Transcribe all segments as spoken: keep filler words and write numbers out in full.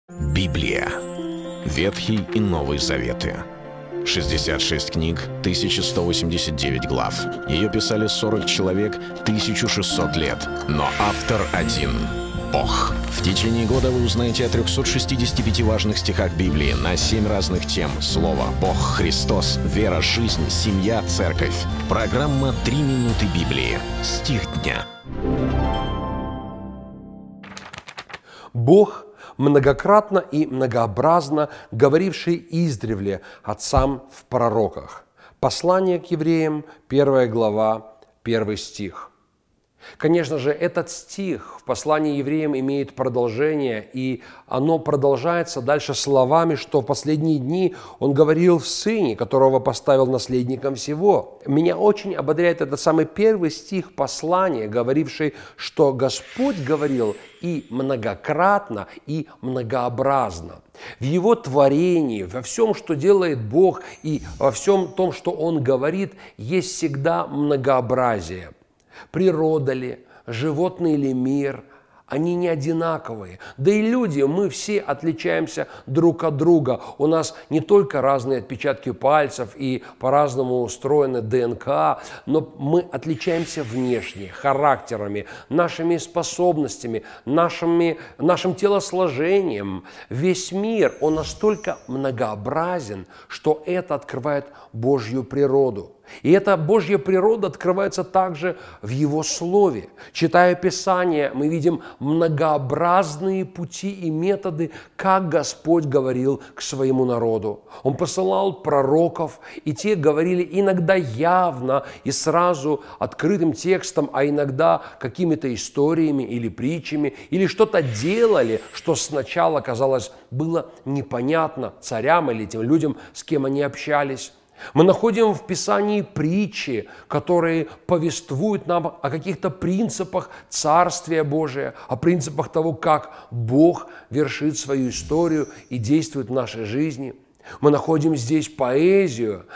Библия. Ветхий и Новый Заветы. шестьдесят шесть книг, тысяча сто восемьдесят девять глав. Ее писали сорок человек, тысяча шестьсот лет. Но автор один — Бог. В течение года вы узнаете о трёхстах шестидесяти пяти важных стихах Библии на семь разных тем. Слово, Бог, Христос, вера, жизнь, семья, церковь. Программа «Три минуты Библии». Стих дня. Бог, многократно и многообразно говоривший издревле отцам в пророках. Послание к евреям, первая глава, первый стих. Конечно же, этот стих в послании евреям имеет продолжение, и оно продолжается дальше словами, что в последние дни он говорил в Сыне, которого поставил наследником всего. Меня очень ободряет этот самый первый стих послания, говоривший, что Господь говорил и многократно, и многообразно. В Его творении, во всем, что делает Бог, и во всем том, что Он говорит, есть всегда многообразие. Природа ли, животный ли мир, они не одинаковые. Да и люди, мы все отличаемся друг от друга. У нас не только разные отпечатки пальцев и по-разному устроены ДНК, но мы отличаемся внешне, характерами, нашими способностями, нашими, нашим телосложением. Весь мир, он настолько многообразен, что это открывает Божью природу. И эта Божья природа открывается также в Его Слове. Читая Писание, мы видим многообразные пути и методы, как Господь говорил к своему народу. Он посылал пророков, и те говорили иногда явно и сразу открытым текстом, а иногда какими-то историями или притчами, или что-то делали, что сначала, казалось, было непонятно царям или тем людям, с кем они общались. Мы находим в Писании притчи, которые повествуют нам о каких-то принципах Царствия Божия, о принципах того, как Бог вершит свою историю и действует в нашей жизни. Мы находим здесь поэзию,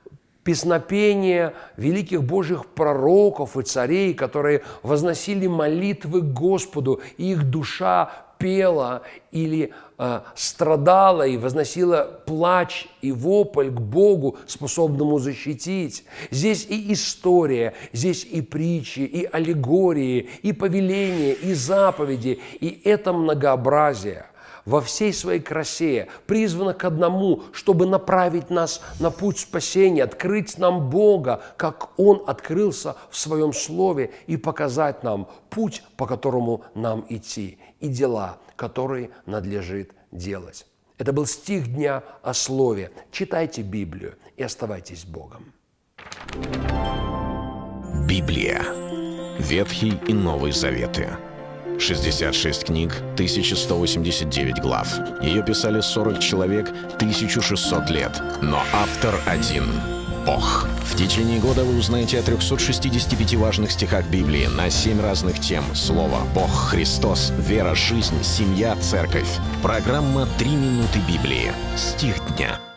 песнопения великих Божьих пророков и царей, которые возносили молитвы к Господу, и их душа пела или э, страдала и возносила плач и вопль к Богу, способному защитить. Здесь и история, здесь и притчи, и аллегории, и повеления, и заповеди, и это многообразие во всей своей красе призвано к одному, чтобы направить нас на путь спасения, открыть нам Бога, как Он открылся в Своем Слове, и показать нам путь, по которому нам идти, и дела, которые надлежит делать. Это был стих дня о Слове. Читайте Библию и оставайтесь с Богом. Библия. Ветхий и Новый Заветы. шестьдесят шесть книг, тысяча сто восемьдесят девять глав. Ее писали сорок человек, тысяча шестьсот лет. Но автор один — Бог. В течение года вы узнаете о трёхстах шестидесяти пяти важных стихах Библии на семь разных тем. Слово, Бог, Христос, вера, жизнь, семья, церковь. Программа «Три минуты Библии». Стих дня.